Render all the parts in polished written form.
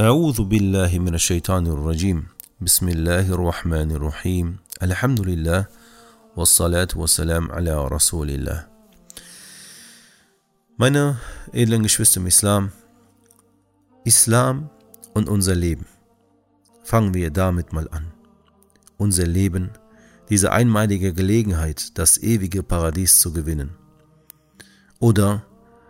أعوذ بالله من الشيطان الرجيم بسم الله الرحمن الرحيم الحمد لله والصلاة والسلام على رسول الله. Meine edlen Geschwister im Islam und unser Leben. Fangen wir damit mal an. Unser Leben, diese einmalige Gelegenheit, das ewige Paradies zu gewinnen. Oder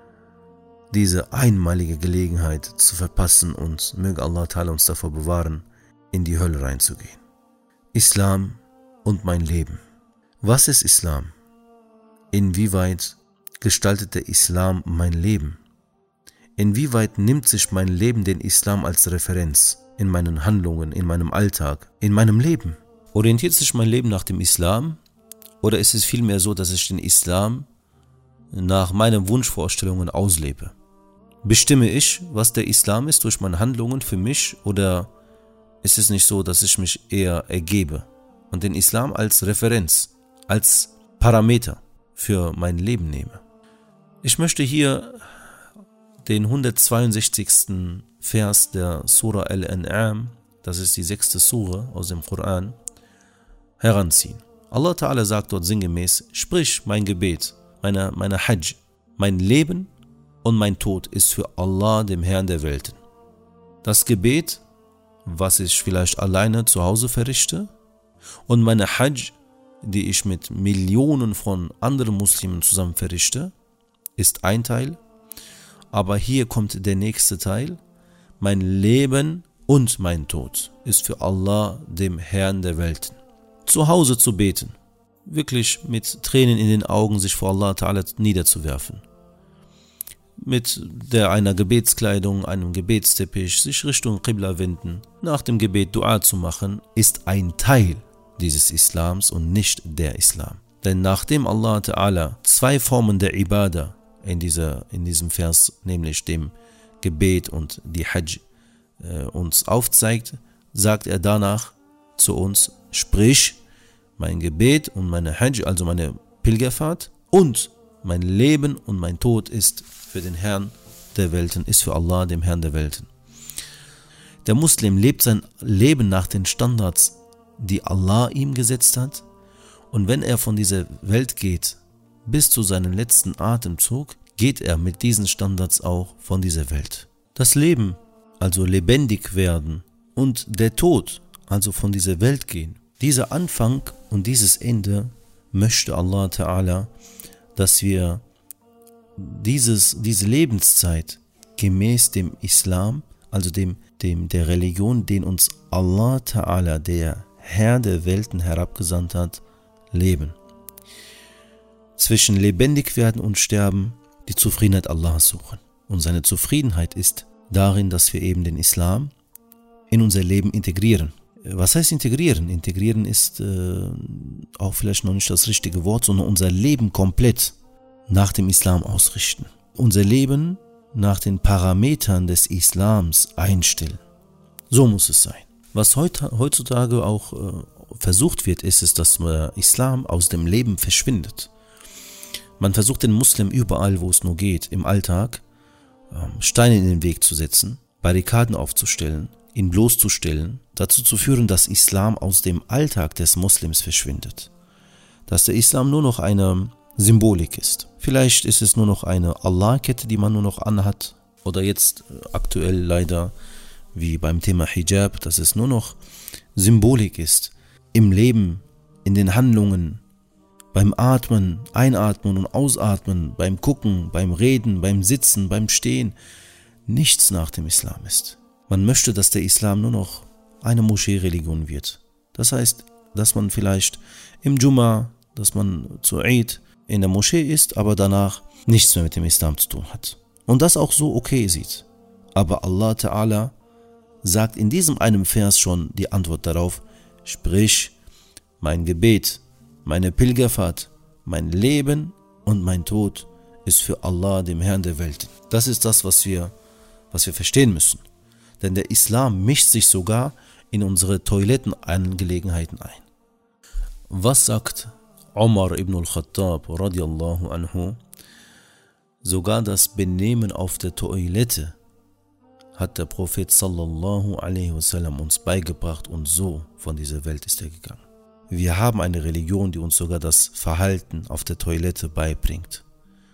diese einmalige Gelegenheit zu verpassen und möge Allah Ta'ala uns davor bewahren, in die Hölle reinzugehen. Islam und mein Leben. Was ist Islam? Inwieweit gestaltet der Islam mein Leben? Inwieweit nimmt sich mein Leben den Islam als Referenz in meinen Handlungen, in meinem Alltag, in meinem Leben? Orientiert sich mein Leben nach dem Islam oder ist es vielmehr so, dass ich den Islam nach meinen Wunschvorstellungen auslebe? Bestimme ich, was der Islam ist, durch meine Handlungen für mich, oder ist es nicht so, dass ich mich eher ergebe und den Islam als Referenz, als Parameter für mein Leben nehme? Ich möchte hier den 162. Vers der Surah Al-An'am, das ist die 6. Sure aus dem Koran, heranziehen. Allah Ta'ala sagt dort sinngemäß: Sprich mein Gebet, meine Hajj, mein Leben und mein Tod ist für Allah, dem Herrn der Welten. Das Gebet, was ich vielleicht alleine zu Hause verrichte, und meine Hajj, die ich mit Millionen von anderen Muslimen zusammen verrichte, ist ein Teil. Aber hier kommt der nächste Teil: Mein Leben und mein Tod ist für Allah, dem Herrn der Welten. Zu Hause zu beten, wirklich mit Tränen in den Augen sich vor Allah Ta'ala niederzuwerfen, mit einer Gebetskleidung, einem Gebetsteppich, sich Richtung Qibla wenden, nach dem Gebet Dua zu machen, ist ein Teil dieses Islams und nicht der Islam. Denn nachdem Allah Ta'ala zwei Formen der Ibadah in diesem Vers, nämlich dem Gebet und die Hajj, uns aufzeigt, sagt er danach zu uns: Sprich mein Gebet und meine Hajj, also meine Pilgerfahrt, und mein Leben und mein Tod ist für den Herrn der Welten, ist für Allah, dem Herrn der Welten. Der Muslim lebt sein Leben nach den Standards, die Allah ihm gesetzt hat, und wenn er von dieser Welt geht, bis zu seinem letzten Atemzug, geht er mit diesen Standards auch von dieser Welt. Das Leben, also lebendig werden, und der Tod, also von dieser Welt gehen, dieser Anfang und dieses Ende möchte Allah Ta'ala, dass wir diese Lebenszeit gemäß dem Islam, also der Religion, den uns Allah Ta'ala, der Herr der Welten, herabgesandt hat, leben. Zwischen lebendig werden und sterben die Zufriedenheit Allahs suchen. Und seine Zufriedenheit ist darin, dass wir eben den Islam in unser Leben integrieren. Was heißt integrieren? Integrieren ist auch vielleicht noch nicht das richtige Wort, sondern unser Leben komplett nach dem Islam ausrichten. Unser Leben nach den Parametern des Islams einstellen. So muss es sein. Was heutzutage auch versucht wird, ist, dass der Islam aus dem Leben verschwindet. Man versucht den Muslim überall, wo es nur geht, im Alltag Steine in den Weg zu setzen, Barrikaden aufzustellen, ihn bloßzustellen, dazu zu führen, dass Islam aus dem Alltag des Muslims verschwindet. Dass der Islam nur noch eine Symbolik ist. Vielleicht ist es nur noch eine Allah-Kette, die man nur noch anhat. Oder jetzt aktuell leider wie beim Thema Hijab, dass es nur noch Symbolik ist. Im Leben, in den Handlungen, beim Atmen, Einatmen und Ausatmen, beim Gucken, beim Reden, beim Sitzen, beim Stehen, nichts nach dem Islam ist. Man möchte, dass der Islam nur noch eine Moschee-Religion wird. Das heißt, dass man vielleicht im Jumma, dass man zur Eid in der Moschee ist, aber danach nichts mehr mit dem Islam zu tun hat. Und das auch so okay sieht. Aber Allah Ta'ala sagt in diesem einen Vers schon die Antwort darauf: Sprich mein Gebet, meine Pilgerfahrt, mein Leben und mein Tod ist für Allah, dem Herrn der Welten. Das ist das, was wir verstehen müssen. Denn der Islam mischt sich sogar in unsere Toilettenangelegenheiten ein. Was sagt Umar ibn al-Khattab radiallahu anhu? Sogar das Benehmen auf der Toilette hat der Prophet sallallahu alaihi wasallam uns beigebracht und so von dieser Welt ist er gegangen. Wir haben eine Religion, die uns sogar das Verhalten auf der Toilette beibringt.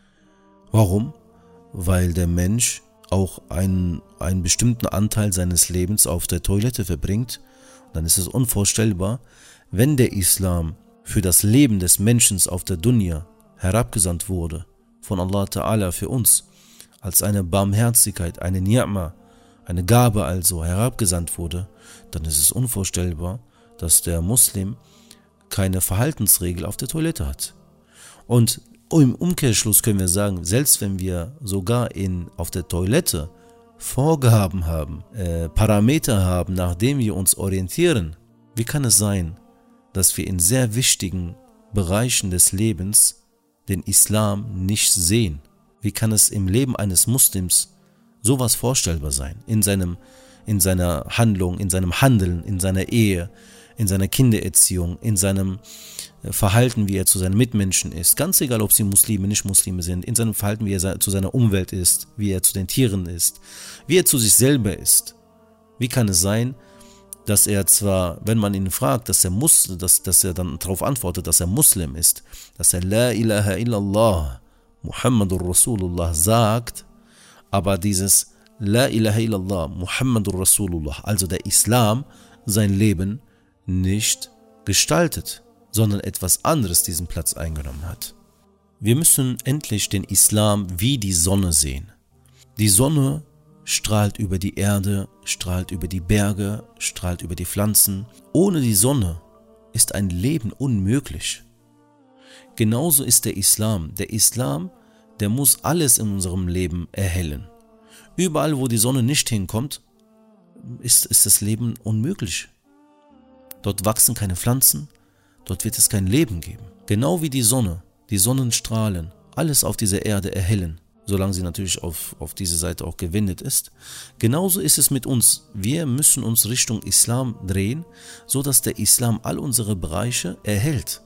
Warum? Weil der Mensch auch einen bestimmten Anteil seines Lebens auf der Toilette verbringt. Dann ist es unvorstellbar, wenn der Islam für das Leben des Menschen auf der Dunya herabgesandt wurde, von Allah Ta'ala für uns, als eine Barmherzigkeit, eine Ni'ma, eine Gabe also herabgesandt wurde, dann ist es unvorstellbar, dass der Muslim keine Verhaltensregel auf der Toilette hat. Und im Umkehrschluss können wir sagen, selbst wenn wir sogar auf der Toilette Vorgaben haben, Parameter haben, nach denen wir uns orientieren, wie kann es sein, dass wir in sehr wichtigen Bereichen des Lebens den Islam nicht sehen? Wie kann es im Leben eines Muslims sowas vorstellbar sein? In seiner Handlung, in seinem Handeln, in seiner Ehe, in seiner Kindererziehung, in seinem Verhalten, wie er zu seinen Mitmenschen ist, ganz egal, ob sie Muslime, nicht Muslime sind, in seinem Verhalten, wie er zu seiner Umwelt ist, wie er zu den Tieren ist, wie er zu sich selber ist. Wie kann es sein, dass er zwar, wenn man ihn fragt, dass er dann darauf antwortet, dass er Muslim ist, dass er La ilaha illallah Muhammadur Rasulullah sagt, aber dieses La ilaha illallah Muhammadur Rasulullah, also der Islam, sein Leben nicht gestaltet, sondern etwas anderes diesen Platz eingenommen hat. Wir müssen endlich den Islam wie die Sonne sehen. Die Sonne strahlt über die Erde, strahlt über die Berge, strahlt über die Pflanzen. Ohne die Sonne ist ein Leben unmöglich. Genauso ist der Islam. Der Islam, der muss alles in unserem Leben erhellen. Überall, wo die Sonne nicht hinkommt, ist das Leben unmöglich. Dort wachsen keine Pflanzen, dort wird es kein Leben geben. Genau wie die Sonne, die Sonnenstrahlen, alles auf dieser Erde erhellen, solange sie natürlich auf diese Seite auch gewendet ist. Genauso ist es mit uns. Wir müssen uns Richtung Islam drehen, so dass der Islam all unsere Bereiche erhält.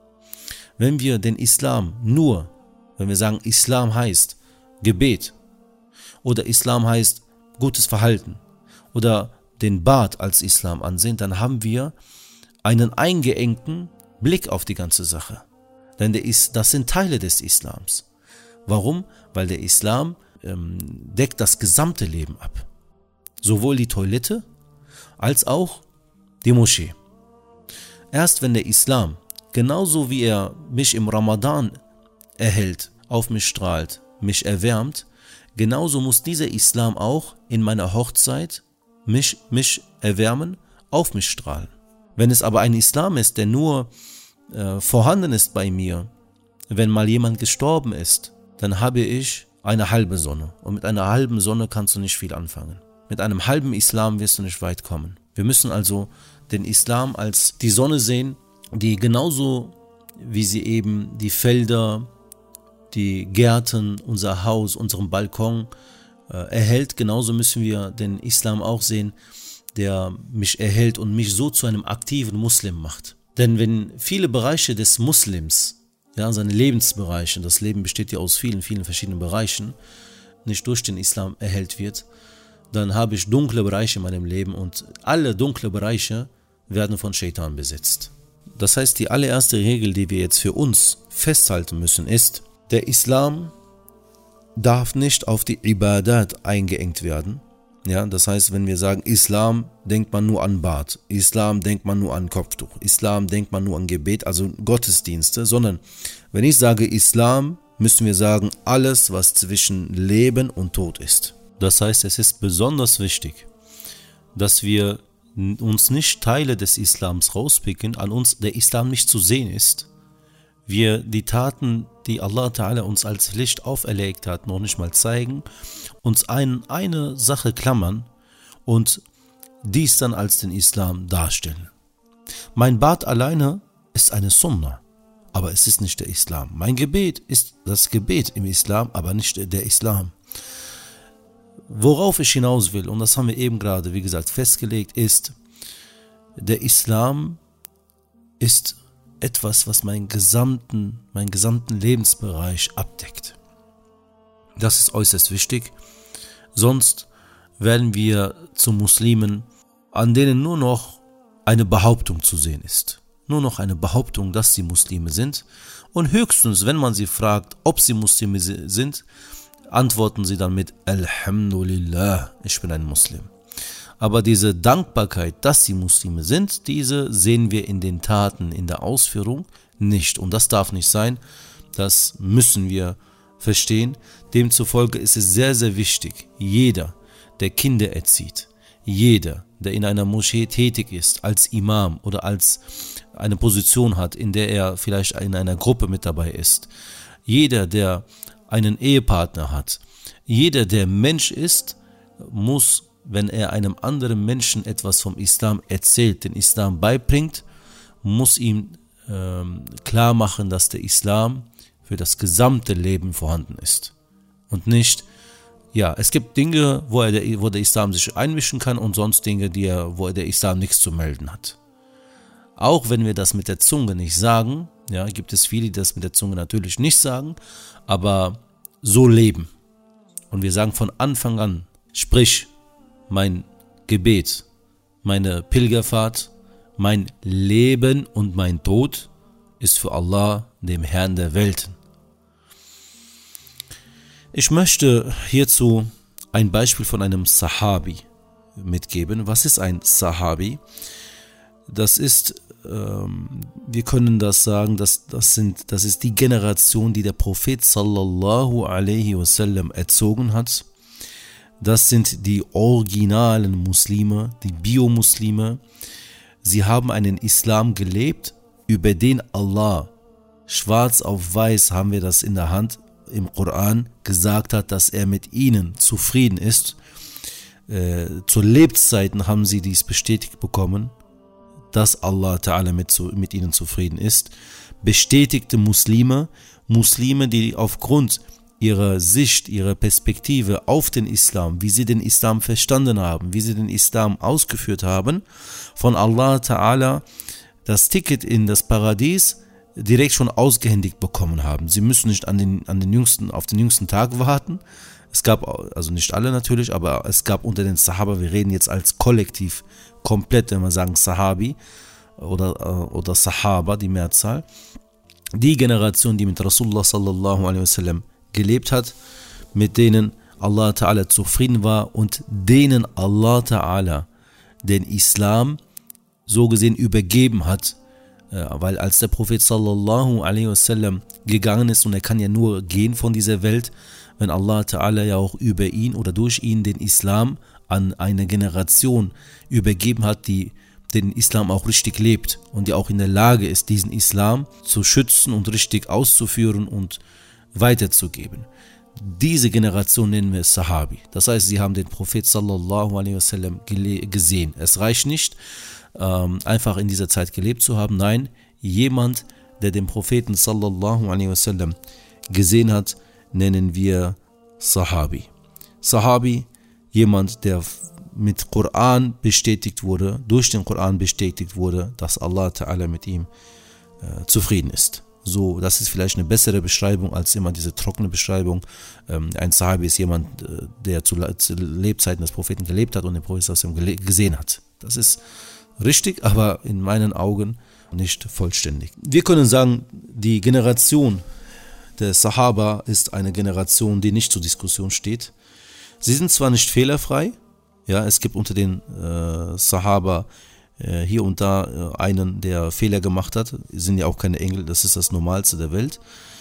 Wenn wir den Islam wenn wir sagen, Islam heißt Gebet oder Islam heißt gutes Verhalten oder den Bad als Islam ansehen, dann haben wir einen eingeengten Blick auf die ganze Sache. Denn das sind Teile des Islams. Warum? Weil der Islam deckt das gesamte Leben ab. Sowohl die Toilette als auch die Moschee. Erst wenn der Islam, genauso wie er mich im Ramadan erhält, auf mich strahlt, mich erwärmt, genauso muss dieser Islam auch in meiner Hochzeit mich erwärmen, auf mich strahlen. Wenn es aber ein Islam ist, der nur vorhanden ist bei mir, wenn mal jemand gestorben ist, dann habe ich eine halbe Sonne. Und mit einer halben Sonne kannst du nicht viel anfangen. Mit einem halben Islam wirst du nicht weit kommen. Wir müssen also den Islam als die Sonne sehen, die genauso wie sie eben die Felder, die Gärten, unser Haus, unseren Balkon erhält, genauso müssen wir den Islam auch sehen, der mich erhält und mich so zu einem aktiven Muslim macht. Denn wenn viele Bereiche des Muslims, ja, seine Lebensbereiche, das Leben besteht ja aus vielen, vielen verschiedenen Bereichen, nicht durch den Islam erhellt wird, dann habe ich dunkle Bereiche in meinem Leben und alle dunkle Bereiche werden von Shaitan besetzt. Das heißt, die allererste Regel, die wir jetzt für uns festhalten müssen, ist, der Islam darf nicht auf die Ibadat eingeengt werden. Ja, das heißt, wenn wir sagen Islam, denkt man nur an Bad, Islam denkt man nur an Kopftuch, Islam denkt man nur an Gebet, also Gottesdienste, sondern wenn ich sage Islam, müssen wir sagen alles, was zwischen Leben und Tod ist. Das heißt, es ist besonders wichtig, dass wir uns nicht Teile des Islams rauspicken, an uns der Islam nicht zu sehen ist, wir die Taten, die Allah Ta'ala uns als Pflicht auferlegt hat, noch nicht mal zeigen, uns eine Sache klammern und dies dann als den Islam darstellen. Mein Bad alleine ist eine Sunna, aber es ist nicht der Islam. Mein Gebet ist das Gebet im Islam, aber nicht der Islam. Worauf ich hinaus will, und das haben wir eben gerade, wie gesagt, festgelegt, ist, der Islam ist etwas, was meinen gesamten Lebensbereich abdeckt. Das ist äußerst wichtig, sonst werden wir zu Muslimen, an denen nur noch eine Behauptung zu sehen ist. Nur noch eine Behauptung, dass sie Muslime sind. Und höchstens, wenn man sie fragt, ob sie Muslime sind, antworten sie dann mit Alhamdulillah, ich bin ein Muslim. Aber diese Dankbarkeit, dass sie Muslime sind, diese sehen wir in den Taten, in der Ausführung nicht. Und das darf nicht sein. Das müssen wir verstehen. Demzufolge ist es sehr, sehr wichtig, jeder, der Kinder erzieht, jeder, der in einer Moschee tätig ist, als Imam oder als eine Position hat, in der er vielleicht in einer Gruppe mit dabei ist, jeder, der einen Ehepartner hat, jeder, der Mensch ist, muss, wenn er einem anderen Menschen etwas vom Islam erzählt, den Islam beibringt, muss ihm klar machen, dass der Islam für das gesamte Leben vorhanden ist. Und nicht, ja, es gibt Dinge, wo der Islam sich einmischen kann und sonst Dinge, wo der Islam nichts zu melden hat. Auch wenn wir das mit der Zunge nicht sagen, ja, gibt es viele, die das mit der Zunge natürlich nicht sagen, aber so leben. Und wir sagen von Anfang an, sprich, mein Gebet, meine Pilgerfahrt, mein Leben und mein Tod ist für Allah, dem Herrn der Welten. Ich möchte hierzu ein Beispiel von einem Sahabi mitgeben. Was ist ein Sahabi? Das ist, wir können das sagen, das ist die Generation, die der Prophet sallallahu alaihi wasallam erzogen hat. Das sind die originalen Muslime, die Bio-Muslime. Sie haben einen Islam gelebt, über den Allah, schwarz auf weiß haben wir das in der Hand, im Koran gesagt hat, dass er mit ihnen zufrieden ist. Zu Lebzeiten haben sie dies bestätigt bekommen, dass Allah Ta'ala mit ihnen zufrieden ist. Bestätigte Muslime, die aufgrund ihrer Sicht, ihrer Perspektive auf den Islam, wie sie den Islam verstanden haben, wie sie den Islam ausgeführt haben, von Allah Ta'ala das Ticket in das Paradies direkt schon ausgehändigt bekommen haben. Sie müssen nicht auf den jüngsten Tag warten. Es gab, also nicht alle natürlich, aber es gab unter den Sahaba, wir reden jetzt als Kollektiv, komplett, wenn wir sagen Sahabi oder Sahaba, die Mehrzahl, die Generation, die mit Rasulullah sallallahu alaihi wasallam gelebt hat, mit denen Allah Ta'ala zufrieden war und denen Allah Ta'ala den Islam so gesehen übergeben hat, weil als der Prophet sallallahu alaihi wasallam gegangen ist, und er kann ja nur gehen von dieser Welt, wenn Allah Ta'ala ja auch über ihn oder durch ihn den Islam an eine Generation übergeben hat, die den Islam auch richtig lebt und die auch in der Lage ist, diesen Islam zu schützen und richtig auszuführen und weiterzugeben. Diese Generation nennen wir Sahabi. Das heißt, sie haben den Prophet sallallahu alaihi wasallam gesehen. Es reicht nicht, einfach in dieser Zeit gelebt zu haben. Nein, jemand, der den Propheten sallallahu alaihi wasallam gesehen hat, nennen wir Sahabi. Sahabi, jemand, der mit Koran bestätigt wurde, durch den Koran bestätigt wurde, dass Allah Ta'ala mit ihm zufrieden ist. So, das ist vielleicht eine bessere Beschreibung als immer diese trockene Beschreibung. Ein Sahabi ist jemand, der zu Lebzeiten des Propheten gelebt hat und den Propheten gesehen hat. Das ist richtig, aber in meinen Augen nicht vollständig. Wir können sagen, die Generation der Sahaba ist eine Generation, die nicht zur Diskussion steht. Sie sind zwar nicht fehlerfrei, ja, es gibt unter den Sahaba hier und da einen, der Fehler gemacht hat, sind ja auch keine Engel, das ist das Normalste der Welt,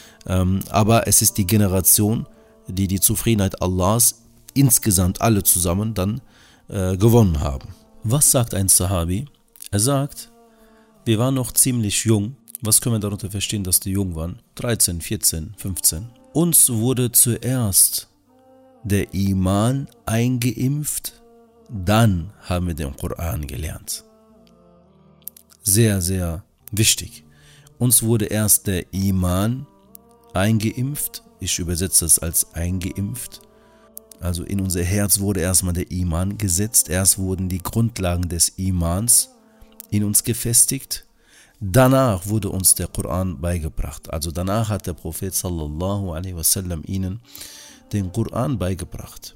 aber es ist die Generation, die die Zufriedenheit Allahs insgesamt alle zusammen dann gewonnen haben. Was sagt ein Sahabi? Er sagt, wir waren noch ziemlich jung. Was können wir darunter verstehen, dass die jung waren? 13, 14, 15. Uns wurde zuerst der Iman eingeimpft, dann haben wir den Koran gelernt. Sehr, sehr wichtig. Uns wurde erst der Iman eingeimpft. Ich übersetze es als eingeimpft. Also in unser Herz wurde erstmal der Iman gesetzt. Erst wurden die Grundlagen des Imans in uns gefestigt. Danach wurde uns der Koran beigebracht. Also danach hat der Prophet sallallahu alaihi wasallam ihnen den Koran beigebracht.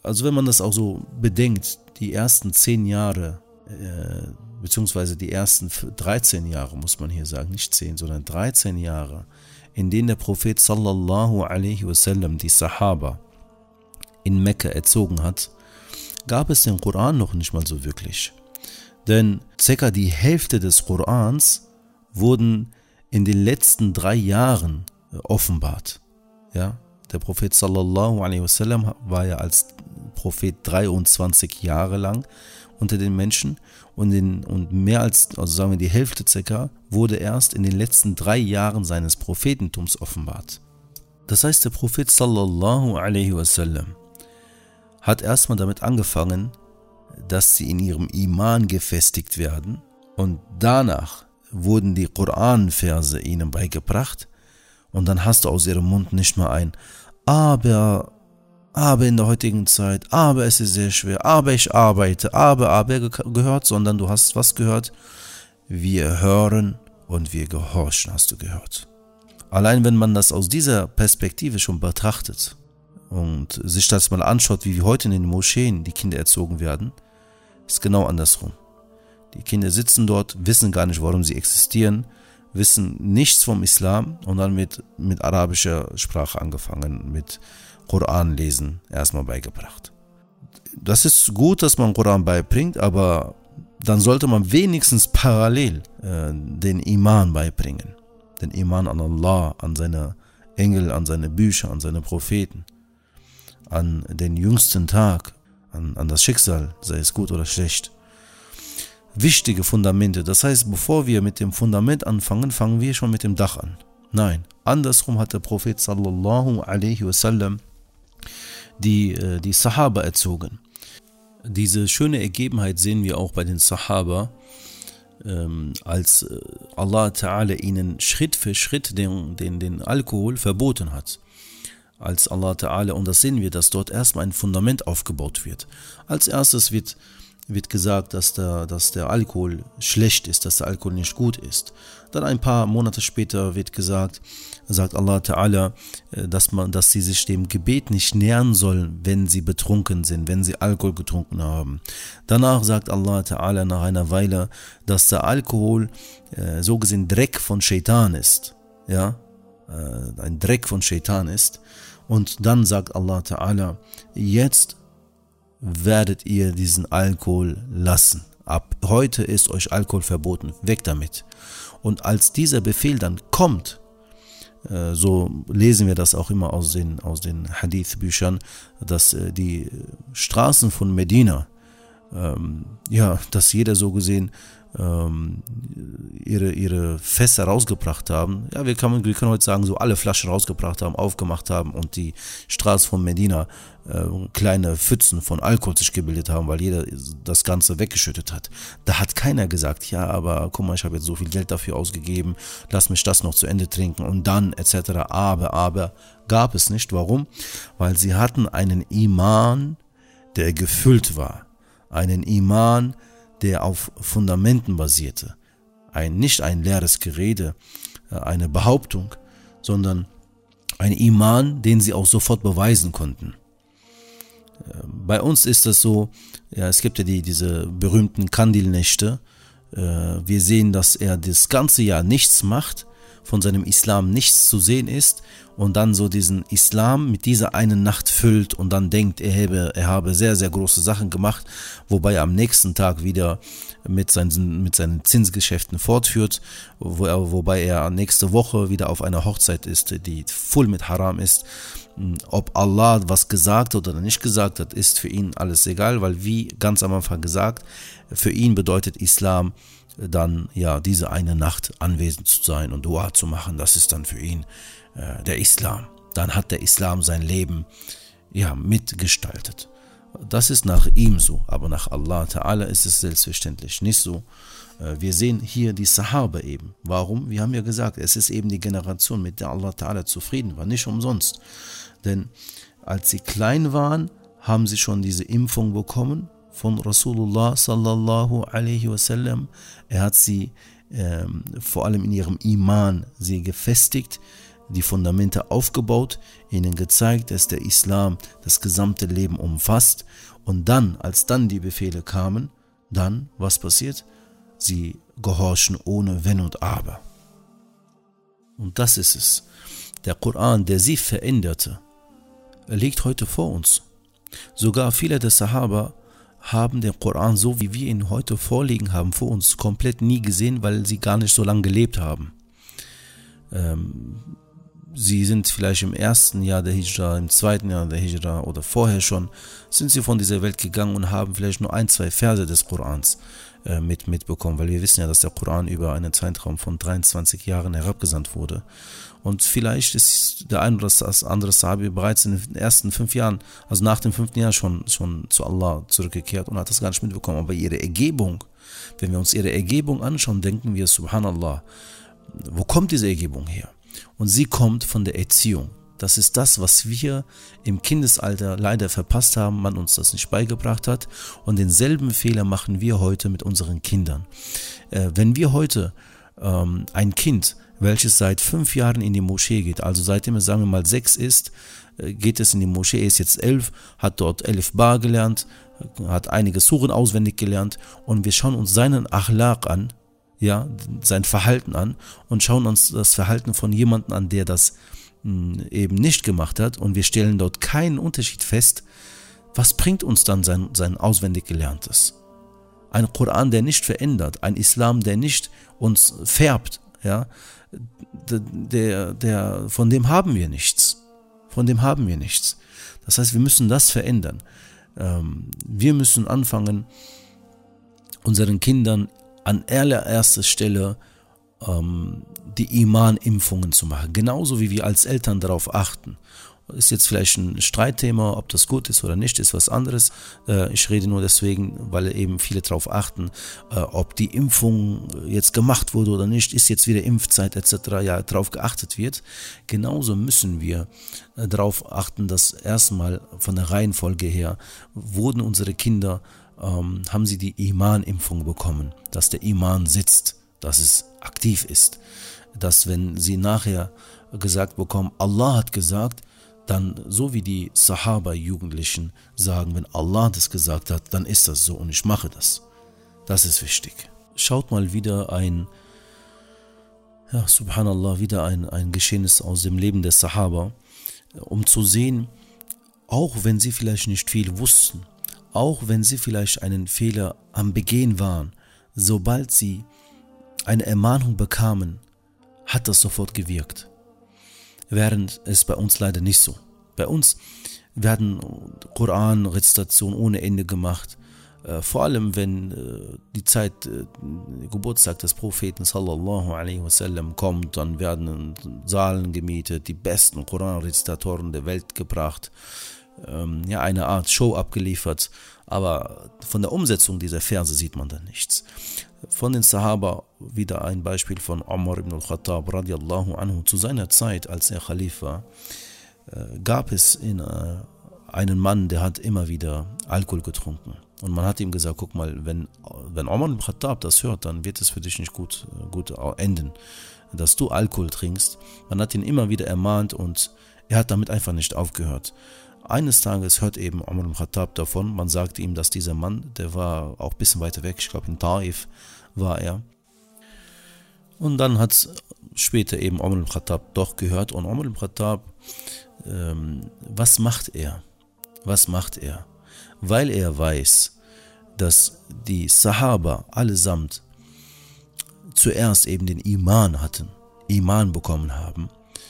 Also wenn man das auch so bedenkt, die ersten 10 Jahre, beziehungsweise die ersten 13 Jahre, muss man hier sagen, nicht 10, sondern 13 Jahre, in denen der Prophet sallallahu alaihi wasallam die Sahaba in Mekka erzogen hat, gab es den Koran noch nicht mal so wirklich. Denn ca. die Hälfte des Korans wurden in den letzten 3 Jahren offenbart. Ja? Der Prophet sallallahu alaihi wasallam war ja als Prophet 23 Jahre lang unter den Menschen und mehr als, also sagen wir die Hälfte circa, wurde erst in den letzten 3 Jahren seines Prophetentums offenbart. Das heißt, der Prophet sallallahu alaihi wasallam hat erstmal damit angefangen, dass sie in ihrem Iman gefestigt werden, und danach wurden die Koranverse ihnen beigebracht, und dann hast du aus ihrem Mund nicht mal ein aber in der heutigen Zeit, aber es ist sehr schwer, aber ich arbeite, aber gehört, sondern du hast was gehört? Wir hören und wir gehorchen, hast du gehört. Allein wenn man das aus dieser Perspektive schon betrachtet und sich das mal anschaut, wie heute in den Moscheen die Kinder erzogen werden, ist genau andersrum. Die Kinder sitzen dort, wissen gar nicht, warum sie existieren, wissen nichts vom Islam, und dann mit arabischer Sprache angefangen, mit Koran lesen erstmal beigebracht. Das ist gut, dass man Koran beibringt, aber dann sollte man wenigstens parallel den Iman beibringen. Den Iman an Allah, an seine Engel, an seine Bücher, an seine Propheten, an den jüngsten Tag, an das Schicksal, sei es gut oder schlecht. Wichtige Fundamente, das heißt, bevor wir mit dem Fundament anfangen, fangen wir schon mit dem Dach an. Nein, andersrum hat der Prophet sallallahu alaihi wasallam die Sahaba erzogen. Diese schöne Ergebenheit sehen wir auch bei den Sahaba, als Allah Ta'ala ihnen Schritt für Schritt den Alkohol verboten hat. Als Allah Ta'ala, und das sehen wir, dass dort erstmal ein Fundament aufgebaut wird. Als erstes wird gesagt, dass der Alkohol schlecht ist, dass der Alkohol nicht gut ist. Dann ein paar Monate später sagt Allah Ta'ala, dass sie sich dem Gebet nicht nähern sollen, wenn sie betrunken sind, wenn sie Alkohol getrunken haben. Danach sagt Allah Ta'ala nach einer Weile, dass der Alkohol so gesehen Dreck von Shaitan ist. Ja? Ein Dreck von Shaitan ist. Und dann sagt Allah Ta'ala, jetzt werdet ihr diesen Alkohol lassen. Ab heute ist euch Alkohol verboten. Weg damit. Und als dieser Befehl dann kommt, so lesen wir das auch immer aus den Hadith-Büchern, dass die Straßen von Medina, dass jeder so gesehen ihre Fässer rausgebracht haben. Ja, wir können heute sagen, so alle Flaschen rausgebracht haben, aufgemacht haben und die Straßen von Medina kleine Pfützen von Alkohol sich gebildet haben, weil jeder das Ganze weggeschüttet hat. Da hat keiner gesagt, ja, aber guck mal, ich habe jetzt so viel Geld dafür ausgegeben, lass mich das noch zu Ende trinken und dann etc. Aber gab es nicht. Warum? Weil sie hatten einen Iman, der gefüllt war. Einen Iman, der auf Fundamenten basierte. Nicht ein leeres Gerede, eine Behauptung, sondern ein Iman, den sie auch sofort beweisen konnten. Bei uns ist das so, ja, es gibt ja diese berühmten Kandilnächte. Wir sehen, dass er das ganze Jahr nichts macht, von seinem Islam nichts zu sehen ist und dann so diesen Islam mit dieser einen Nacht füllt und dann denkt, er habe sehr, sehr große Sachen gemacht, wobei er am nächsten Tag wieder mit seinen Zinsgeschäften fortführt, wobei er nächste Woche wieder auf einer Hochzeit ist, die voll mit Haram ist. Ob Allah was gesagt oder nicht gesagt hat, ist für ihn alles egal, weil wie ganz am Anfang gesagt, für ihn bedeutet Islam dann ja diese eine Nacht anwesend zu sein und Dua zu machen, das ist dann für ihn der Islam. Dann hat der Islam sein Leben ja mitgestaltet. Das ist nach ihm so, aber nach Allah Ta'ala ist es selbstverständlich nicht so. Wir sehen hier die Sahaba eben. Warum? Wir haben ja gesagt, es ist eben die Generation, mit der Allah Ta'ala zufrieden war, nicht umsonst. Denn als sie klein waren, haben sie schon diese Impfung bekommen von Rasulullah sallallahu alaihi wasallam. Er hat sie vor allem in ihrem Iman sie gefestigt. die Fundamente aufgebaut, ihnen gezeigt, dass der Islam das gesamte Leben umfasst. Und dann, als dann die Befehle kamen, dann, was passiert? Sie gehorchen ohne Wenn und Aber. Und das ist es. Der Koran, der sie veränderte, liegt heute vor uns. Sogar viele der Sahaba haben den Koran, so wie wir ihn heute vorliegen haben, vor uns komplett nie gesehen, weil sie gar nicht so lange gelebt haben. Sie sind vielleicht im ersten Jahr der Hijra, im zweiten Jahr der Hijra oder vorher schon, sind sie von dieser Welt gegangen und haben vielleicht nur 1, 2 Verse des Korans mitbekommen, weil wir wissen ja, dass der Koran über einen Zeitraum von 23 Jahren herabgesandt wurde. Und vielleicht ist der ein oder das andere Sahabi bereits in den ersten 5 Jahren, also nach dem 5. Jahr schon zu Allah zurückgekehrt und hat das gar nicht mitbekommen. Aber ihre Ergebung, wenn wir uns ihre Ergebung anschauen, denken wir, Subhanallah, wo kommt diese Ergebung her? Und sie kommt von der Erziehung. Das ist das, was wir im Kindesalter leider verpasst haben, man uns das nicht beigebracht hat. Und denselben Fehler machen wir heute mit unseren Kindern. Wenn wir heute ein Kind, welches seit 5 Jahren in die Moschee geht, also seitdem es, sagen wir mal, 6 ist, geht es in die Moschee, er ist jetzt 11, hat dort 11 Bar gelernt, hat einige Suren auswendig gelernt und wir schauen uns seinen Achlaq an, ja, sein Verhalten an und schauen uns das Verhalten von jemandem an, der das eben nicht gemacht hat und wir stellen dort keinen Unterschied fest. Was bringt uns dann sein auswendig Gelerntes? Ein Koran, der nicht verändert, ein Islam, der nicht uns färbt, ja, von dem haben wir nichts. Von dem haben wir nichts. Das heißt, wir müssen das verändern. Wir müssen anfangen, unseren Kindern an allererster Stelle die Iman-Impfungen zu machen. Genauso wie wir als Eltern darauf achten. Ist jetzt vielleicht ein Streitthema, ob das gut ist oder nicht, ist was anderes. Ich rede nur deswegen, weil eben viele darauf achten, ob die Impfung jetzt gemacht wurde oder nicht, ist jetzt wieder Impfzeit etc., ja, darauf geachtet wird. Genauso müssen wir darauf achten, dass erstmal von der Reihenfolge her wurden unsere Kinder, haben sie die Iman-Impfung bekommen, dass der Iman sitzt, dass es aktiv ist, dass wenn sie nachher gesagt bekommen, Allah hat gesagt, dann so wie die Sahaba-Jugendlichen sagen, wenn Allah das gesagt hat, dann ist das so und ich mache das. Das ist wichtig. Schaut mal wieder Subhanallah, wieder ein Geschehnis aus dem Leben der Sahaba, um zu sehen, auch wenn sie vielleicht nicht viel wussten, auch wenn sie vielleicht einen Fehler am Begehen waren, sobald sie eine Ermahnung bekamen, hat das sofort gewirkt. Während es bei uns leider nicht so. Bei uns werden Koran-Rezitationen ohne Ende gemacht, vor allem wenn die Zeit, Geburtstag des Propheten sallallahu alaihi wasallam kommt, dann werden Saalen gemietet, die besten Koran-Rezitatoren der Welt gebracht, eine Art Show abgeliefert, aber von der Umsetzung dieser Verse sieht man dann nichts. Von den Sahaba wieder ein Beispiel von Umar ibn al-Khattab radiallahu anhu. Zu seiner Zeit, als er Khalif war, gab es einen Mann, der hat immer wieder Alkohol getrunken. Und man hat ihm gesagt, guck mal, wenn Umar ibn al-Khattab das hört, dann wird es für dich nicht gut enden, dass du Alkohol trinkst. Man hat ihn immer wieder ermahnt und er hat damit einfach nicht aufgehört. Eines Tages hört eben Umar ibn Khattab davon, man sagte ihm, dass dieser Mann, der war auch ein bisschen weiter weg, ich glaube in Taif war er. Und dann hat später eben Umar ibn Khattab doch gehört und Umar ibn Khattab, was macht er? Was macht er? Weil er weiß, dass die Sahaba allesamt zuerst eben den Iman hatten, Iman bekommen haben.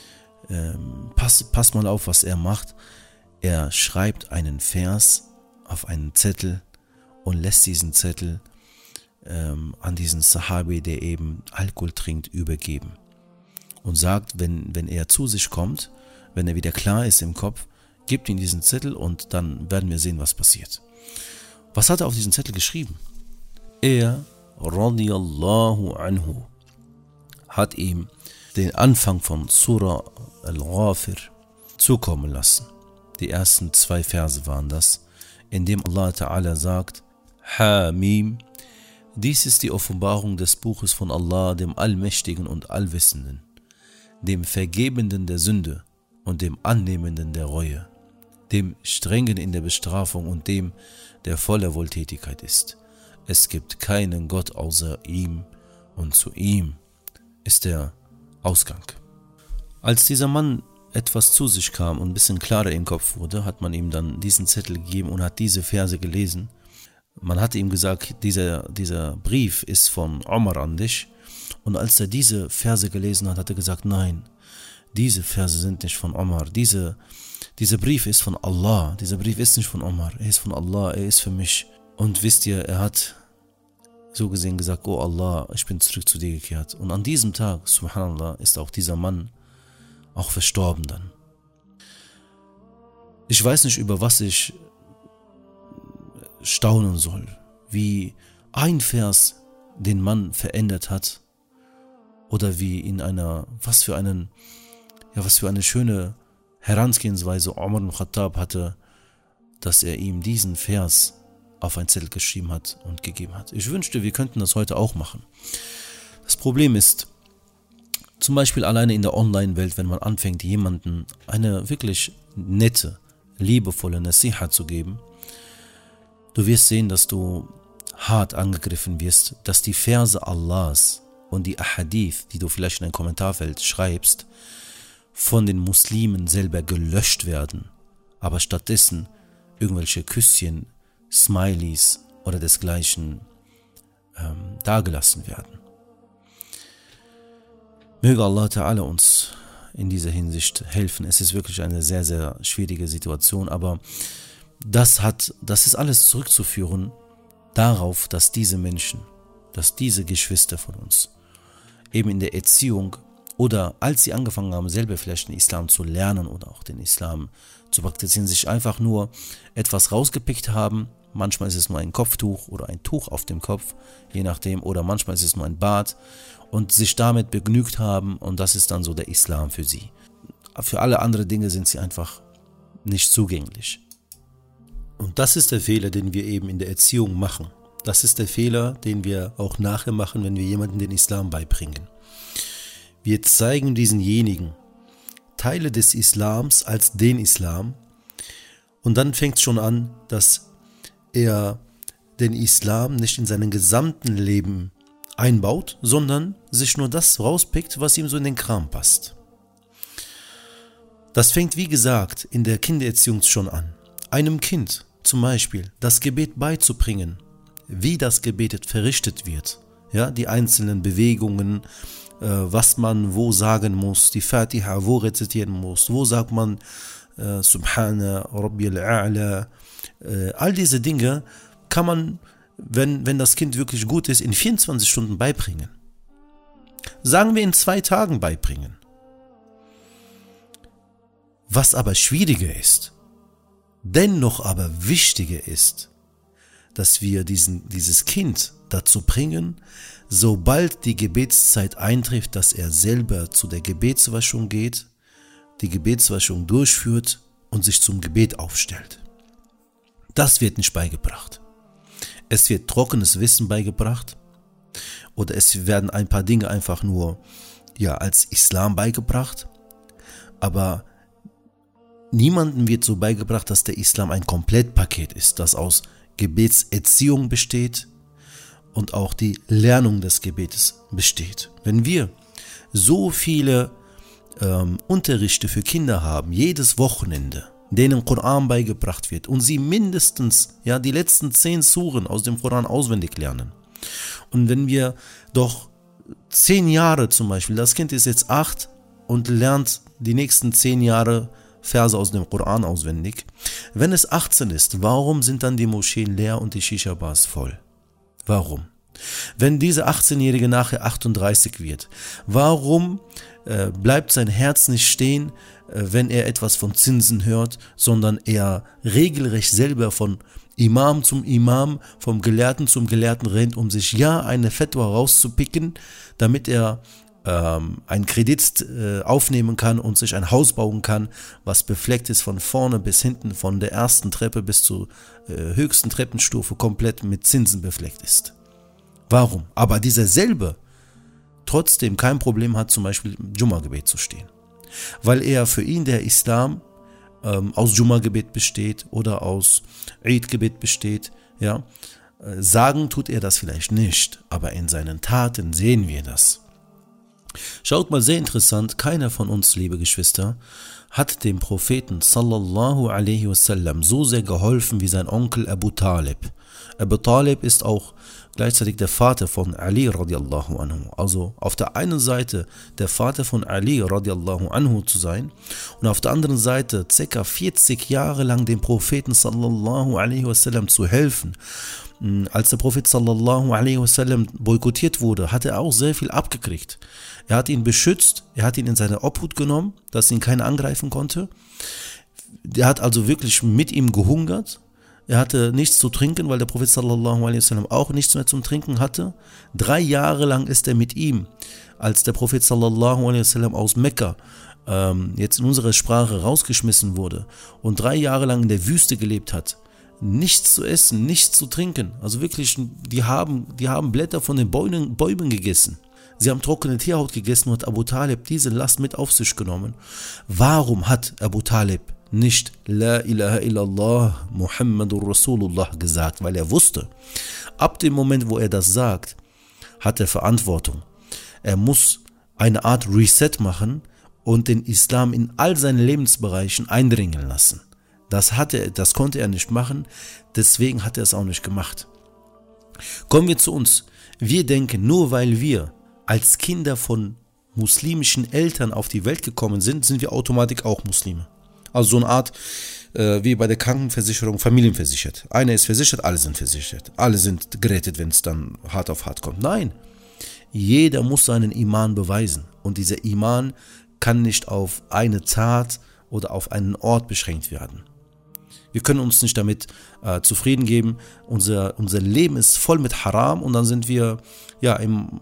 Pass mal auf, was er macht. Er schreibt einen Vers auf einen Zettel und lässt diesen Zettel an diesen Sahabi, der eben Alkohol trinkt, übergeben. Und sagt, wenn er zu sich kommt, wenn er wieder klar ist im Kopf, gibt ihm diesen Zettel und dann werden wir sehen, was passiert. Was hat er auf diesen Zettel geschrieben? Er, radiyallahu anhu, hat ihm den Anfang von Surah Al-Ghafir zukommen lassen. Die ersten 2 Verse waren das, in dem Allah Ta'ala sagt, Hamim, dies ist die Offenbarung des Buches von Allah, dem Allmächtigen und Allwissenden. dem Vergebenden der Sünde und dem Annehmenden der Reue, dem Strengen in der Bestrafung und dem, der voller Wohltätigkeit ist. Es gibt keinen Gott außer ihm und zu ihm ist der Ausgang. Als dieser Mann etwas zu sich kam und ein bisschen klarer im Kopf wurde, hat man ihm dann diesen Zettel gegeben und hat diese Verse gelesen. Man hatte ihm gesagt, dieser Brief ist von Omar an dich. Und als er diese Verse gelesen hat, hat er gesagt, nein, diese Verse sind nicht von Omar. Dieser Brief ist von Allah. Dieser Brief ist nicht von Omar. Er ist von Allah, er ist für mich. Und wisst ihr, er hat so gesehen gesagt, oh Allah, ich bin zurück zu dir gekehrt. Und an diesem Tag, subhanallah, ist auch dieser Mann auch verstorben dann. Ich weiß nicht, über was ich staunen soll, wie ein Vers den Mann verändert hat oder wie in was für eine schöne Herangehensweise Umar ibn Khattab hatte, dass er ihm diesen Vers auf ein Zettel geschrieben hat und gegeben hat. Ich wünschte, wir könnten das heute auch machen. Das Problem ist, zum Beispiel alleine in der Online-Welt, wenn man anfängt, jemandem eine wirklich nette, liebevolle Nasiha zu geben, du wirst sehen, dass du hart angegriffen wirst, dass die Verse Allahs und die Ahadith, die du vielleicht in ein Kommentarfeld schreibst, von den Muslimen selber gelöscht werden, aber stattdessen irgendwelche Küsschen, Smileys oder desgleichen dagelassen werden. Möge Allah Ta'ala uns in dieser Hinsicht helfen. Es ist wirklich eine sehr, sehr schwierige Situation, aber das ist alles zurückzuführen darauf, dass diese Menschen, dass diese Geschwister von uns eben in der Erziehung oder als sie angefangen haben, selber vielleicht den Islam zu lernen oder auch den Islam zu praktizieren, sich einfach nur etwas rausgepickt haben. Manchmal ist es nur ein Kopftuch oder ein Tuch auf dem Kopf, je nachdem, oder manchmal ist es nur ein Bart und sich damit begnügt haben und das ist dann so der Islam für sie. Für alle anderen Dinge sind sie einfach nicht zugänglich. Und das ist der Fehler, den wir eben in der Erziehung machen. Das ist der Fehler, den wir auch nachher machen, wenn wir jemandem den Islam beibringen. Wir zeigen diesenjenigen Teile des Islams als den Islam und dann fängt es schon an, dass er den Islam nicht in seinem gesamten Leben einbaut, sondern sich nur das rauspickt, was ihm so in den Kram passt. Das fängt, wie gesagt, in der Kindererziehung schon an. Einem Kind zum Beispiel das Gebet beizubringen, wie das Gebet verrichtet wird, ja, die einzelnen Bewegungen, was man wo sagen muss, die Fatiha wo rezitieren muss, wo sagt man Subhana Rabbiyal A'la. All diese Dinge kann man, wenn das Kind wirklich gut ist, in 24 Stunden beibringen. Sagen wir in 2 Tagen beibringen. Was aber schwieriger ist, dennoch aber wichtiger ist, dass wir dieses Kind dazu bringen, sobald die Gebetszeit eintrifft, dass er selber zu der Gebetswaschung geht, die Gebetswaschung durchführt und sich zum Gebet aufstellt. Das wird nicht beigebracht. Es wird trockenes Wissen beigebracht oder es werden ein paar Dinge einfach nur als Islam beigebracht, aber niemandem wird so beigebracht, dass der Islam ein Komplettpaket ist, das aus Gebetserziehung besteht und auch die Lernung des Gebetes besteht. Wenn wir so viele Unterrichte für Kinder haben, jedes Wochenende, denen Koran beigebracht wird und sie mindestens die letzten 10 Suren aus dem Koran auswendig lernen. Und wenn wir doch 10 Jahre zum Beispiel, das Kind ist jetzt 8 und lernt die nächsten 10 Jahre Verse aus dem Koran auswendig. Wenn es 18 ist, warum sind dann die Moscheen leer und die Shisha-Bars voll? Warum? Wenn dieser 18-Jährige nachher 38 wird, warum bleibt sein Herz nicht stehen, wenn er etwas von Zinsen hört, sondern er regelrecht selber von Imam zum Imam, vom Gelehrten zum Gelehrten rennt, um sich eine Fatwa rauszupicken, damit er einen Kredit aufnehmen kann und sich ein Haus bauen kann, was befleckt ist von vorne bis hinten, von der ersten Treppe bis zur höchsten Treppenstufe komplett mit Zinsen befleckt ist. Warum? Aber dieser selbe trotzdem kein Problem hat, zum Beispiel im Jumma-Gebet zu stehen. Weil für ihn der Islam aus Jumma-Gebet besteht oder aus Eid-Gebet besteht, ja. Sagen tut er das vielleicht nicht, aber in seinen Taten sehen wir das. Schaut mal, sehr interessant, keiner von uns, liebe Geschwister, hat dem Propheten sallallahu alaihi wasallam so sehr geholfen wie sein Onkel Abu Talib. Abu Talib ist auch gleichzeitig der Vater von Ali radiallahu anhu. Also auf der einen Seite der Vater von Ali radiallahu anhu zu sein und auf der anderen Seite ca. 40 Jahre lang dem Propheten sallallahu alaihi wasallam zu helfen. Als der Prophet sallallahu alaihi wasallam boykottiert wurde, hat er auch sehr viel abgekriegt. Er hat ihn beschützt, er hat ihn in seine Obhut genommen, dass ihn keiner angreifen konnte. Er hat also wirklich mit ihm gehungert. Er hatte nichts zu trinken, weil der Prophet sallallahu alaihi wasallam auch nichts mehr zum Trinken hatte. 3 Jahre lang ist er mit ihm, als der Prophet sallallahu alaihi wasallam aus Mekka jetzt in unserer Sprache rausgeschmissen wurde und 3 Jahre lang in der Wüste gelebt hat. Nichts zu essen, nichts zu trinken. Also wirklich, die haben Blätter von den Bäumen gegessen. Sie haben trockene Tierhaut gegessen und hat Abu Talib diese Last mit auf sich genommen. Warum hat Abu Talib nicht La ilaha illallah Muhammadur Rasulullah gesagt? Weil er wusste, ab dem Moment, wo er das sagt, hat er Verantwortung. Er muss eine Art Reset machen und den Islam in all seinen Lebensbereichen eindringen lassen. Das konnte er nicht machen, deswegen hat er es auch nicht gemacht. Kommen wir zu uns. Wir denken, nur weil wir als Kinder von muslimischen Eltern auf die Welt gekommen sind, sind wir automatisch auch Muslime. Also so eine Art, wie bei der Krankenversicherung, familienversichert. Einer ist versichert, alle sind versichert. Alle sind gerettet, wenn es dann hart auf hart kommt. Nein, jeder muss seinen Iman beweisen. Und dieser Iman kann nicht auf eine Tat oder auf einen Ort beschränkt werden. Wir können uns nicht damit zufrieden geben. Unser Leben ist voll mit Haram und dann sind wir ja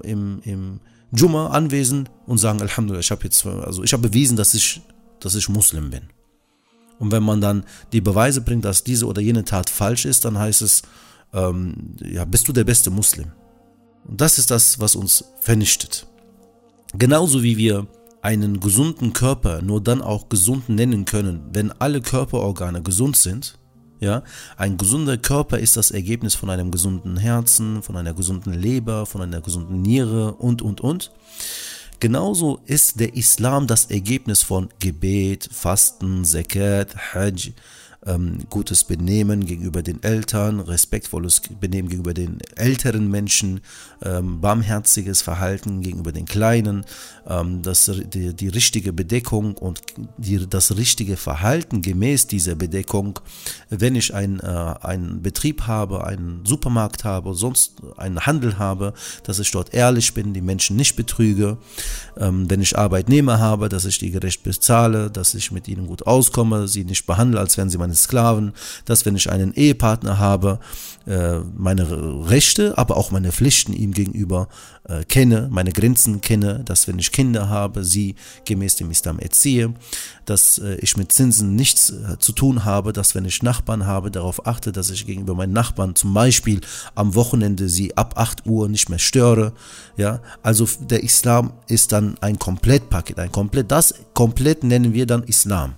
im Jumma anwesend und sagen, Alhamdulillah, ich habe bewiesen, dass ich Muslim bin. Und wenn man dann die Beweise bringt, dass diese oder jene Tat falsch ist, dann heißt es, bist du der beste Muslim. Und das ist das, was uns vernichtet. Genauso wie wir einen gesunden Körper nur dann auch gesund nennen können, wenn alle Körperorgane gesund sind. Ja, ein gesunder Körper ist das Ergebnis von einem gesunden Herzen, von einer gesunden Leber, von einer gesunden Niere und. Genauso ist der Islam das Ergebnis von Gebet, Fasten, Zakat, Hajj, gutes Benehmen gegenüber den Eltern, respektvolles Benehmen gegenüber den älteren Menschen, barmherziges Verhalten gegenüber den Kleinen, die richtige Bedeckung und das richtige Verhalten gemäß dieser Bedeckung. Wenn ich einen Betrieb habe, einen Supermarkt habe, sonst einen Handel habe, dass ich dort ehrlich bin, die Menschen nicht betrüge. Wenn ich Arbeitnehmer habe, dass ich die gerecht bezahle, dass ich mit ihnen gut auskomme, sie nicht behandle, als wären sie meine Sklaven, dass wenn ich einen Ehepartner habe, meine Rechte, aber auch meine Pflichten ihm gegenüber kenne, meine Grenzen kenne, dass wenn ich Kinder habe, sie gemäß dem Islam erziehe, dass ich mit Zinsen nichts zu tun habe, dass wenn ich Nachbarn habe, darauf achte, dass ich gegenüber meinen Nachbarn zum Beispiel am Wochenende sie ab 8 Uhr nicht mehr störe. Ja, also der Islam ist dann ein Komplettpaket, das komplett nennen wir dann Islam.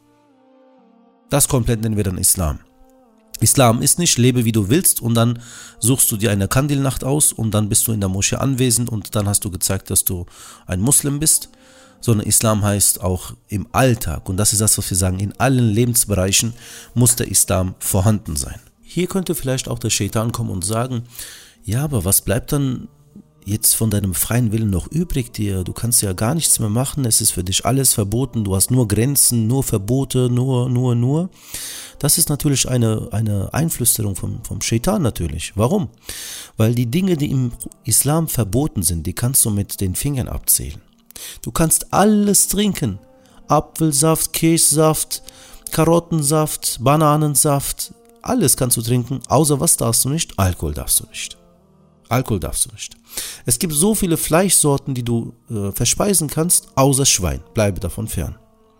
Das komplett nennen wir dann Islam. Islam ist nicht, lebe wie du willst und dann suchst du dir eine Kandilnacht aus und dann bist du in der Moschee anwesend und dann hast du gezeigt, dass du ein Muslim bist, sondern Islam heißt auch im Alltag und das ist das, was wir sagen, in allen Lebensbereichen muss der Islam vorhanden sein. Hier könnte vielleicht auch der Shaitan kommen und sagen, ja, aber was bleibt dann jetzt von deinem freien Willen noch übrig dir? Du kannst ja gar nichts mehr machen, es ist für dich alles verboten, du hast nur Grenzen, nur Verbote, nur. Das ist natürlich eine Einflüsterung vom Shaitan natürlich. Warum? Weil die Dinge, die im Islam verboten sind, die kannst du mit den Fingern abzählen. Du kannst alles trinken. Apfelsaft, Kirschsaft, Karottensaft, Bananensaft, alles kannst du trinken, außer was darfst du nicht? Alkohol darfst du nicht. Alkohol darfst du nicht. Es gibt so viele Fleischsorten, die du verspeisen kannst, außer Schwein. Bleibe davon fern.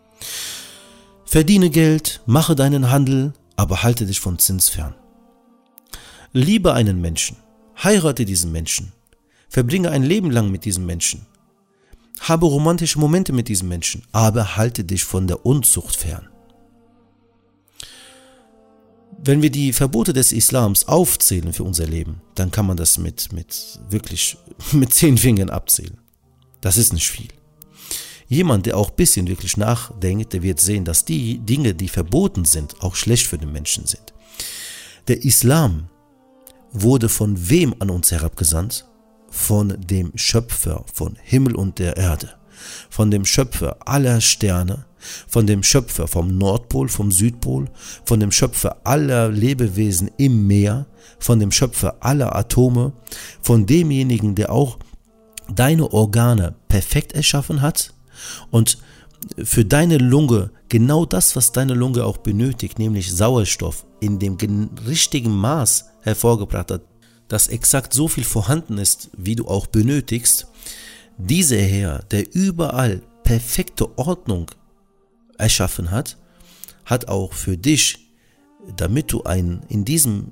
Verdiene Geld, mache deinen Handel, aber halte dich von Zins fern. Liebe einen Menschen, heirate diesen Menschen, verbringe ein Leben lang mit diesem Menschen. Habe romantische Momente mit diesem Menschen, aber halte dich von der Unzucht fern. Wenn wir die Verbote des Islams aufzählen für unser Leben, dann kann man das mit 10 Fingern abzählen. Das ist nicht viel. Jemand, der auch ein bisschen wirklich nachdenkt, der wird sehen, dass die Dinge, die verboten sind, auch schlecht für den Menschen sind. Der Islam wurde von wem an uns herabgesandt? Von dem Schöpfer von Himmel und der Erde, von dem Schöpfer aller Sterne, von dem Schöpfer vom Nordpol, vom Südpol, von dem Schöpfer aller Lebewesen im Meer, von dem Schöpfer aller Atome, von demjenigen, der auch deine Organe perfekt erschaffen hat und für deine Lunge genau das, was deine Lunge auch benötigt, nämlich Sauerstoff, in dem richtigen Maß hervorgebracht hat, dass exakt so viel vorhanden ist, wie du auch benötigst. Dieser Herr, der überall perfekte Ordnung erschaffen hat, hat auch für dich, damit du in dieser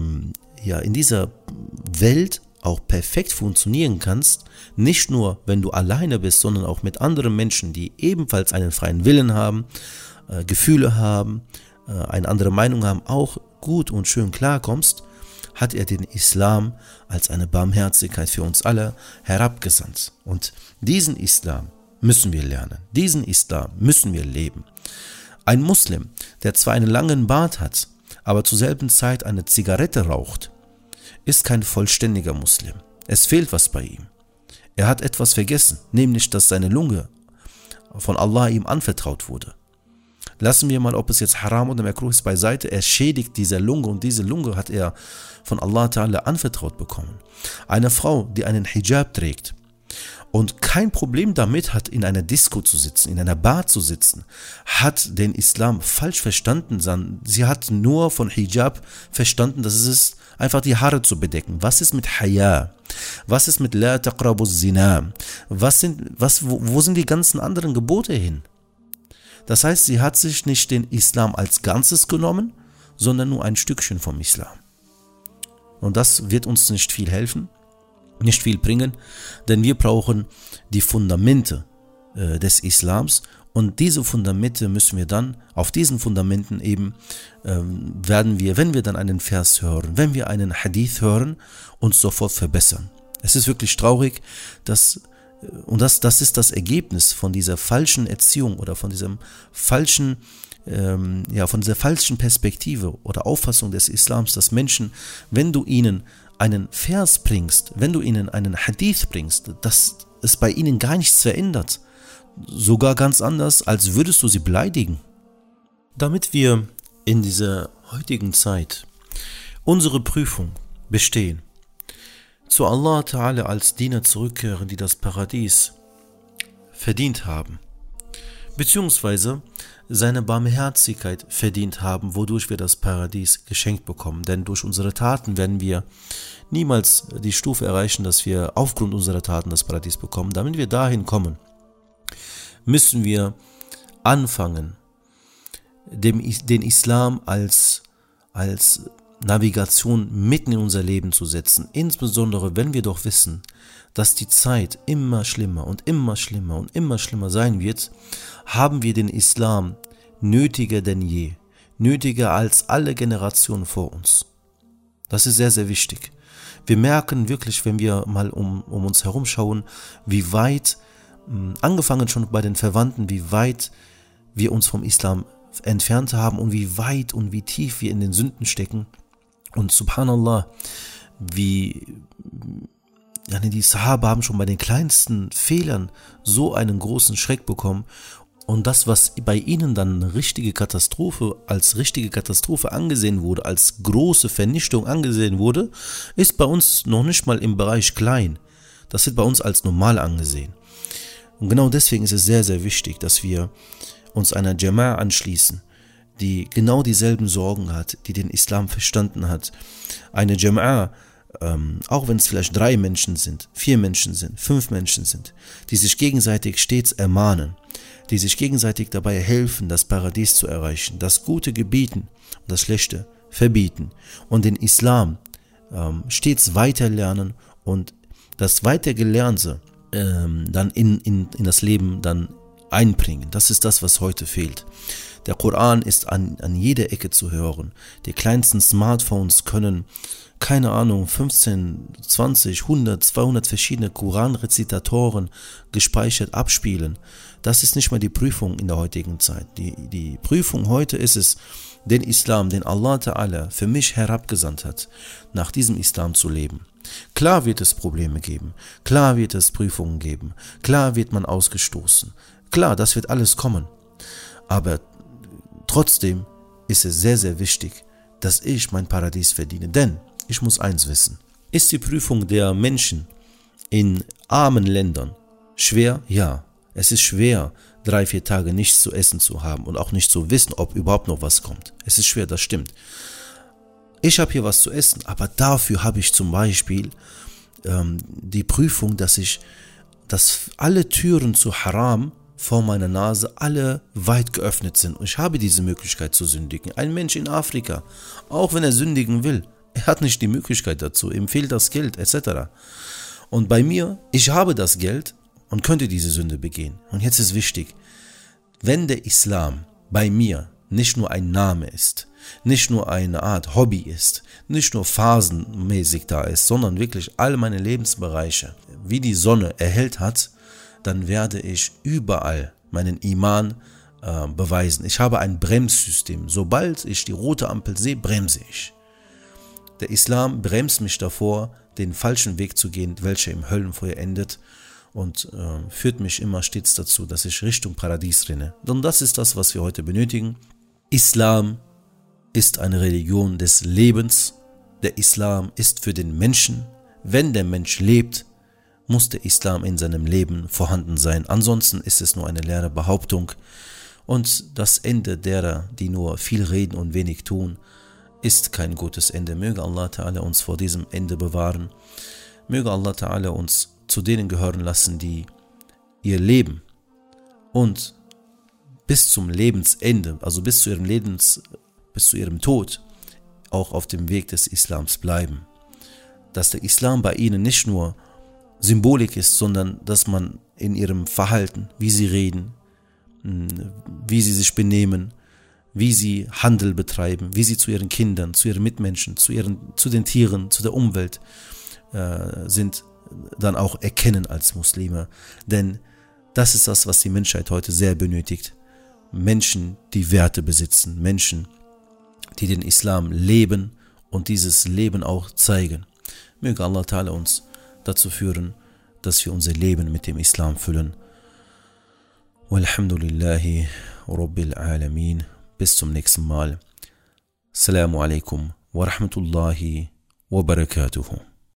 Welt auch perfekt funktionieren kannst, nicht nur, wenn du alleine bist, sondern auch mit anderen Menschen, die ebenfalls einen freien Willen haben, Gefühle haben, eine andere Meinung haben, auch gut und schön klarkommst, hat er den Islam als eine Barmherzigkeit für uns alle herabgesandt. Und diesen Islam müssen wir lernen, diesen Islam müssen wir leben. Ein Muslim, der zwar einen langen Bart hat, aber zur selben Zeit eine Zigarette raucht, ist kein vollständiger Muslim. Es fehlt was bei ihm. Er hat etwas vergessen, nämlich, dass seine Lunge von Allah ihm anvertraut wurde. Lassen wir mal, ob es jetzt Haram oder Makruh ist, beiseite. Er schädigt diese Lunge und diese Lunge hat er von Allah Ta'ala anvertraut bekommen. Eine Frau, die einen Hijab trägt und kein Problem damit hat, in einer Disco zu sitzen, in einer Bar zu sitzen, hat den Islam falsch verstanden. Sie hat nur von Hijab verstanden, dass es ist, einfach die Haare zu bedecken. Was ist mit Haya? Was ist mit La taqrabu zina? Wo sind die ganzen anderen Gebote hin? Das heißt, sie hat sich nicht den Islam als Ganzes genommen, sondern nur ein Stückchen vom Islam. Und das wird uns nicht viel helfen, nicht viel bringen, denn wir brauchen die Fundamente des Islams und diese Fundamente müssen wir dann, auf diesen Fundamenten eben werden wir, wenn wir dann einen Vers hören, wenn wir einen Hadith hören, uns sofort verbessern. Es ist wirklich traurig, das ist das Ergebnis von dieser falschen Erziehung oder von diesem falschen, von dieser falschen Perspektive oder Auffassung des Islams, dass Menschen, wenn du ihnen einen Vers bringst, wenn du ihnen einen Hadith bringst, dass es bei ihnen gar nichts verändert, sogar ganz anders, als würdest du sie beleidigen. Damit wir in dieser heutigen Zeit unsere Prüfung bestehen, zu Allah Ta'ala als Diener zurückkehren, die das Paradies verdient haben, beziehungsweise seine Barmherzigkeit verdient haben, wodurch wir das Paradies geschenkt bekommen. Denn durch unsere Taten werden wir niemals die Stufe erreichen, dass wir aufgrund unserer Taten das Paradies bekommen. Damit wir dahin kommen, müssen wir anfangen, den Islam als Navigation mitten in unser Leben zu setzen, insbesondere wenn wir doch wissen, dass die Zeit immer schlimmer und immer schlimmer und immer schlimmer sein wird, haben wir den Islam nötiger denn je, nötiger als alle Generationen vor uns. Das ist sehr, sehr wichtig. Wir merken wirklich, wenn wir mal um uns herum schauen, wie weit, angefangen schon bei den Verwandten, wie weit wir uns vom Islam entfernt haben und wie weit und wie tief wir in den Sünden stecken. Und subhanallah, die Sahaba haben schon bei den kleinsten Fehlern so einen großen Schreck bekommen. Und das, was bei ihnen dann als richtige Katastrophe angesehen wurde, als große Vernichtung angesehen wurde, ist bei uns noch nicht mal im Bereich klein. Das wird bei uns als normal angesehen. Und genau deswegen ist es sehr, sehr wichtig, dass wir uns einer Jama'a anschließen, die genau dieselben Sorgen hat, die den Islam verstanden hat. Eine Jama'a, auch wenn es vielleicht 3 Menschen sind, 4 Menschen sind, 5 Menschen sind, die sich gegenseitig stets ermahnen, die sich gegenseitig dabei helfen, das Paradies zu erreichen, das Gute gebieten und das Schlechte verbieten und den Islam stets weiter lernen und das Weitergelernte dann in das Leben dann einbringen. Das ist das, was heute fehlt. Der Koran ist an jeder Ecke zu hören. Die kleinsten Smartphones können, keine Ahnung, 15, 20, 100, 200 verschiedene Koranrezitatoren gespeichert abspielen. Das ist nicht mehr die Prüfung in der heutigen Zeit. Die Prüfung heute ist es, den Islam, den Allah Ta'ala für mich herabgesandt hat, nach diesem Islam zu leben. Klar wird es Probleme geben, klar wird es Prüfungen geben, klar wird man ausgestoßen, klar, das wird alles kommen. Aber trotzdem ist es sehr, sehr wichtig, dass ich mein Paradies verdiene. Denn ich muss eins wissen: Ist die Prüfung der Menschen in armen Ländern schwer? Ja, es ist schwer, 3-4 Tage nichts zu essen zu haben und auch nicht zu wissen, ob überhaupt noch was kommt. Es ist schwer, das stimmt. Ich habe hier was zu essen, aber dafür habe ich zum Beispiel die Prüfung, dass alle Türen zu Haram vor meiner Nase alle weit geöffnet sind. Und ich habe diese Möglichkeit zu sündigen. Ein Mensch in Afrika, auch wenn er sündigen will, er hat nicht die Möglichkeit dazu, ihm fehlt das Geld etc. Und bei mir, ich habe das Geld und könnte diese Sünde begehen. Und jetzt ist wichtig, wenn der Islam bei mir nicht nur ein Name ist, nicht nur eine Art Hobby ist, nicht nur phasenmäßig da ist, sondern wirklich all meine Lebensbereiche wie die Sonne erhellt hat, dann werde ich überall meinen Iman beweisen. Ich habe ein Bremssystem. Sobald ich die rote Ampel sehe, bremse ich. Der Islam bremst mich davor, den falschen Weg zu gehen, welcher im Höllenfeuer endet, und führt mich immer stets dazu, dass ich Richtung Paradies renne. Und das ist das, was wir heute benötigen. Islam ist eine Religion des Lebens. Der Islam ist für den Menschen. Wenn der Mensch lebt, muss der Islam in seinem Leben vorhanden sein. Ansonsten ist es nur eine leere Behauptung. Und das Ende derer, die nur viel reden und wenig tun, ist kein gutes Ende. Möge Allah Ta'ala uns vor diesem Ende bewahren. Möge Allah Ta'ala uns zu denen gehören lassen, die ihr Leben und bis zum Lebensende, also bis zu ihrem Tod, auch auf dem Weg des Islams bleiben. Dass der Islam bei ihnen nicht nur Symbolik ist, sondern dass man in ihrem Verhalten, wie sie reden, wie sie sich benehmen, wie sie Handel betreiben, wie sie zu ihren Kindern, zu ihren Mitmenschen, zu den Tieren, zu der Umwelt sind, dann auch erkennen als Muslime. Denn das ist das, was die Menschheit heute sehr benötigt. Menschen, die Werte besitzen, Menschen, die den Islam leben und dieses Leben auch zeigen. Möge Allah Ta'ala uns dazu führen, dass wir unser Leben mit dem Islam füllen. Walhamdulillahi Rabbil Alamin. Bis zum nächsten Mal. Assalamu alaikum wa rahmatullahi wa barakatuhu.